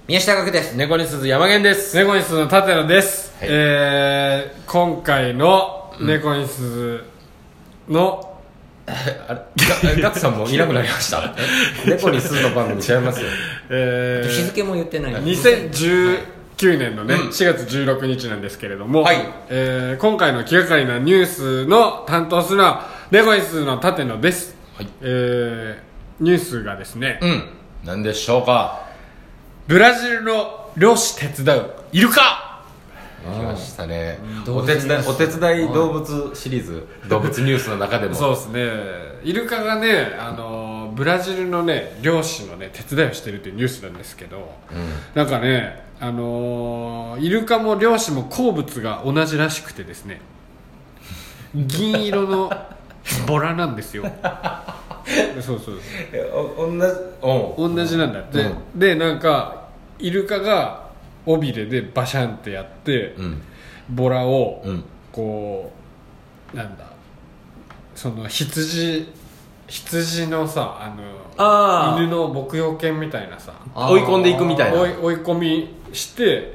宮下岳です。 猫に鈴山源です。 猫に鈴の舘野です、 はい今回の猫に鈴の、 あれガクさんもいなくなりました猫に鈴の番組ちゃいますよ。 日付も言ってない。 2019年のね、 うん 4月16日なんですけれども、 はい今回の気がかりなニュースの担当するのは猫に鈴の舘野です、 はいニュースがですね、 何でしょうか。 ブラジルの漁師手伝うイルカ。 来ましたね。 動物お手伝いニュース動物シリーズ、動物ニュースの中でもそうですね、イルカがね、ブラジルのね漁師のね手伝いをしてるっていうニュースなんですけど、なんかね、イルカも漁師も好物が同じらしくてですね、銀色のボラなんですよそう同じなんだって、でなんかイルカが尾びれでバシャンってやって、ボラをこうなんだ、その羊のさ、犬の牧羊犬みたいなさ、 追い込んでいくみたいな。 追い込みして、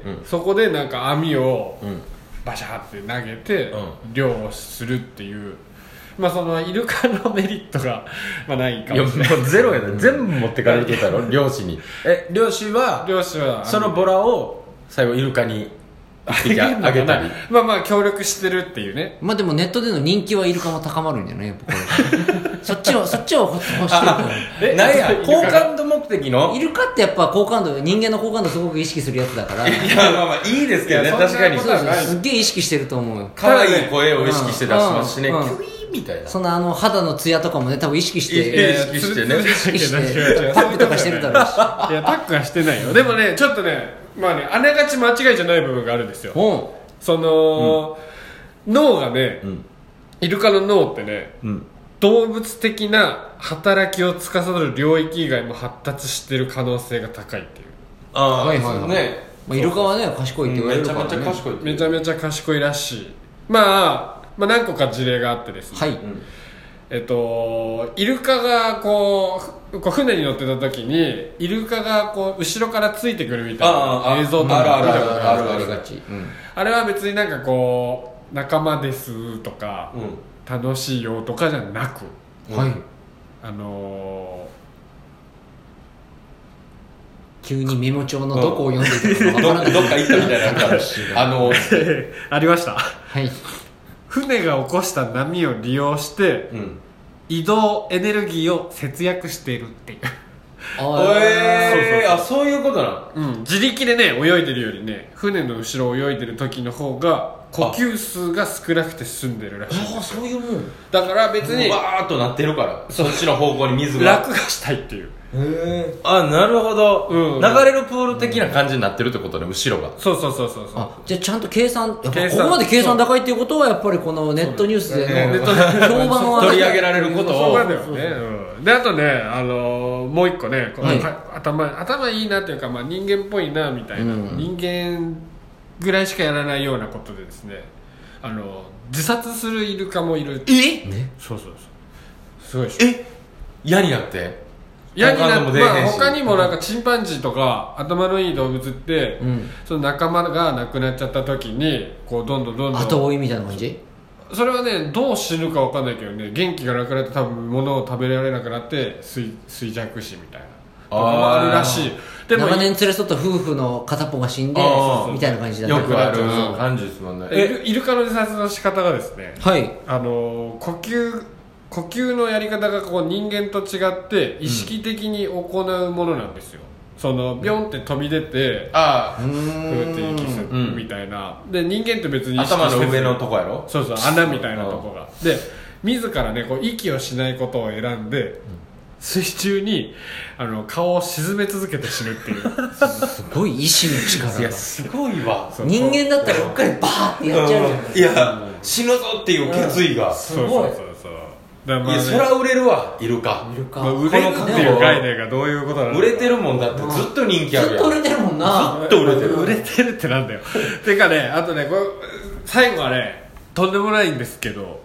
そこでなんか網をうんバシャって投げて漁をするっていう、まあそのイルカのメリットがまあないかいやもしれない。 もうゼロやで、全部持ってかれるってことやろ漁師に。漁師は漁師はそのボラを最後イルカに一匹あげたり。 まあまあ協力してるっていうね。 まあでもネットでの人気はイルカも高まるんじゃないやっぱこれそっちを欲してるからなんや好感度目的の。 イルカってやっぱ好感度、人間の好感度すごく意識するやつだからいやまあまあいいですけどね、 いやそんな確かにことはないすっげえ意識してると思うよ。 可愛い声を意識して出しますしね、 うんキュイーンみたいな。 そんな肌のツヤとかもね多分意識し意て識してね意識してパックとかしてるだろうし。 いやタックはしてないよ。でもねちょっとね、まあね、あながち間違いじゃない部分があるんですよ。その、脳がね、イルカの脳ってね、動物的な働きを司る領域以外も発達してる可能性が高いっていう。 ああ、 はいはいはいね、 まあ、イルカはね賢いって言われめちゃるから、ね、 めちゃ賢い。 めちゃめちゃ賢いらしい。まあ何個か事例があってですね、 はい、 イルカがこう船に乗ってた時にイルカがこう後ろからついてくるみたいな映像とか見たことありがち、 あれは別になんかこう仲間ですとか、楽しいよとかじゃなく、 はい、急にメモ帳のどこを読んでいたか分からないどっか行ったみたいなのがありました。 はい船が起こした波を利用して、移動エネルギーを節約しているっていうそういうことなの。 自力でね泳いでるよりね、船の後ろを泳いでる時の方が呼吸数が少なくて済んでるらしい。 ああそういうもんだから別にわーっとなってるからそっちの方向に水が楽がしたいっていう。 なるほど、 流流れるプール的な感じになってるってことね、後ろが。 そうあ、じゃあちゃんと計算、やっぱ計算ここまで計算高いっていうことはやっぱりこのネットニュースでの評判は取り上げられることをそこだよね。であとね、もう一個ね、このはい頭いいなっていうか、まあ、人間っぽいなみたいな、人間ぐらいしかやらないようなことでですね、自殺するイルカもいる。そうすごいでしょ。 嫌になって嫌になって、まあ、他にもなんかかチンパンジーとか頭のいい動物って、その仲間が亡くなっちゃった時にこうどんどん後追いみたいな感じ。 それはねどう死ぬか分かんないけどね、元気がなくなって多分物を食べられなくなって衰弱死みたいなとかもあるらしい。でも長年連れ添った夫婦の片っぽが死んでみたいな感じだったよくある感じですもんね。 イルカの自殺の仕方がですね、 はい呼吸のやり方がこう人間と違って意識的に行うものなんですよ。そのビョンって飛び出てふーって息するみたいな。で人間って別に意識頭の上のとこやろ。 そう穴みたいなとこがで、自らねこう息をしないことを選んで、水中に顔を沈め続けて死ぬっていうすごい意志の力が。 すごいわ。 人間だったらうっかりバーってやっちゃうじゃん。 いや死ぬぞっていう決意が。 すごい。 だからいやそりゃ売れるわイルカ。 売れるっていう概念がどういうことなのか。 売れてるもんだってずっと人気あるやん。 ずっと売れてるもんな。 ずっと売れてる。 売れてるってなんだよてかね、あとねこれ最後はねとんでもないんですけど、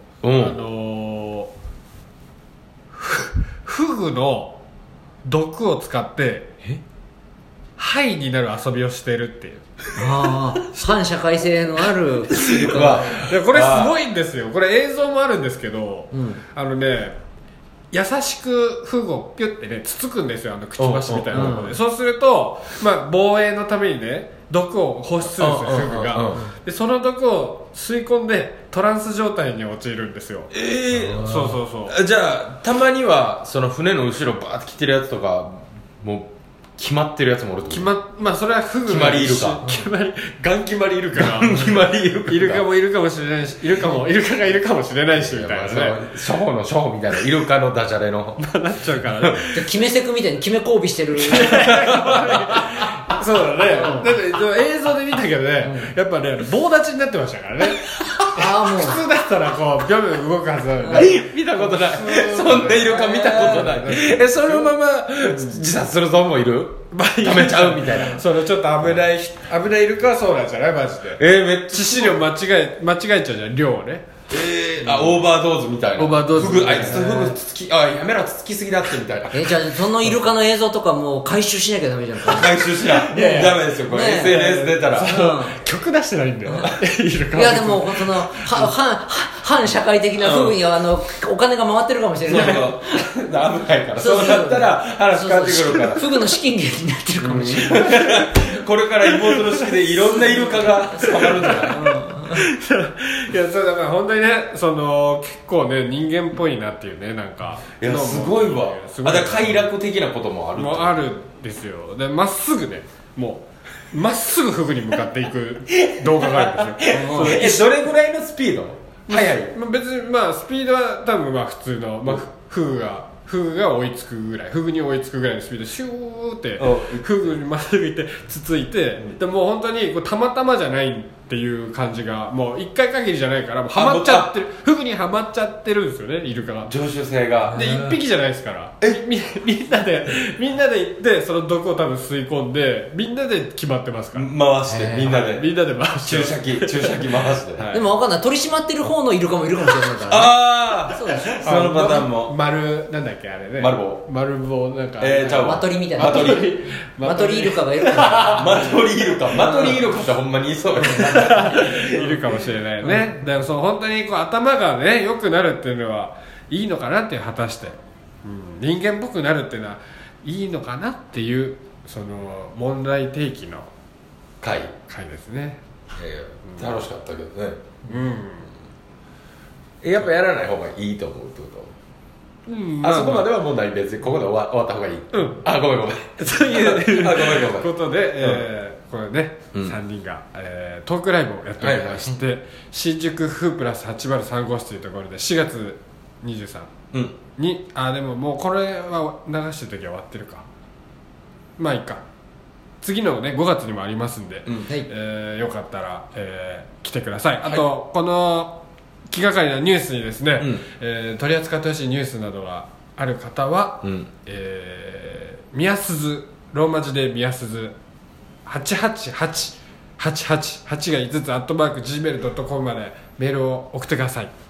フグの毒を使ってハイになる遊びをしてるっていう。 ああ、反社会性のあるイルカわいやこれすごいんですよ。これ映像もあるんですけど、 うん優しくフグをピュッてねつつくんですよ、くちばしみたいなところで。そうすると、防衛のためにね毒を放出するんですよ、フグが。でその毒を吸い込んでトランス状態に陥るんですよ。そうそうそう。 じゃあたまにはその船の後ろバーって来てるやつとかもう決まってるやつもおるってことそれはフグ決まりイルカガン決まりイルカが決まりイルカイルカもいるかもしれないし、イルカがいるかもしれないしみたいなね。 初歩の初歩みたいなイルカのダジャレのなっちゃうからね。 じゃあキメセクみたいにキメ交尾してるそうだね。だって映像で見たけどね、やっぱね棒立ちになってましたからね。 ああもう普通だったらこうビョンビョン動くはずなのにね。 見たことないそんなイルカ見たことないそのまま自殺するぞもいる食べちゃうみたいなそのちょっと危ないイルカはそうなんじゃないマジで。 めっちゃ致死量間違えちゃうじゃん、量をね。 オーバードーズみたいなオーバードーズフグあいつフグつつきやめろつつきすぎだってみたいなじゃあそのイルカの映像とかもう回収しなきゃダメじゃんか。 回収しなダメですよこれ、 ね SNS 出たら曲出してないんだよイルカいやでもその反社会的なフグにはお金が回ってるかもしれない。 危ないからそうなったら話変わってくるからフグの資金源になってるかもしれない。 これから妹の式でいろんなイルカが捕まるんじゃないいやそうだから本当にね結構ね人間っぽいなっていうね、なんかいやすごいわすごいだから快楽的なこともあるもうあるんですよ。でまっすぐねもうまっすぐフグに向かっていく動画があるんですよ。 どれぐらいのスピード速い別にスピードは多分普通の、フグが追いつくぐらい、フグに追いつくぐらいのスピードでシューってフグにまっすぐ行ってつついて、でもう本当にたまたまじゃないっていう感じがもう一回限りじゃないからもうハマっちゃってる、フグにはまっちゃってるんですよね、イルカが。 常習性がで一匹じゃないですからみんなで行ってその毒を多分吸い込んでみんなで決まってますから回してみんなで回して注射器回してはいでも分かんない、取り締まってる方のイルカもいるかもしれないからね。 ああそうでしょ。 そのパターンもなんだっけあれね、 丸棒なんかちゃうわマトリみたいな。 マトリマトリイルカがいるからマトリイルカってほんまにいそういるかもしれないよね。でも本当に頭がね良くなるっていうのはいいのかなっていう、果たして、人間っぽくなるっていうのはいいのかなっていうその問題提起の回ですね。 楽しかったけどね。やっぱやらない方がいいと思うってこと。あそこまではもうない、別にここで終わった方がいい。ごめんそういうごめんことで、これね、3人が、トークライブをやっておりまして、新宿フープラス803号室というところで4月23に、でももうこれは流してる時は終わってるか、まあいいか、次のね5月にもありますんで、よかったら、来てください。あと、この気がかりなニュースにですね、取り扱ってほしいニュースなどがある方は、宮鈴ローマ字で宮鈴88888が5つ@gmail.com までメールを送ってください。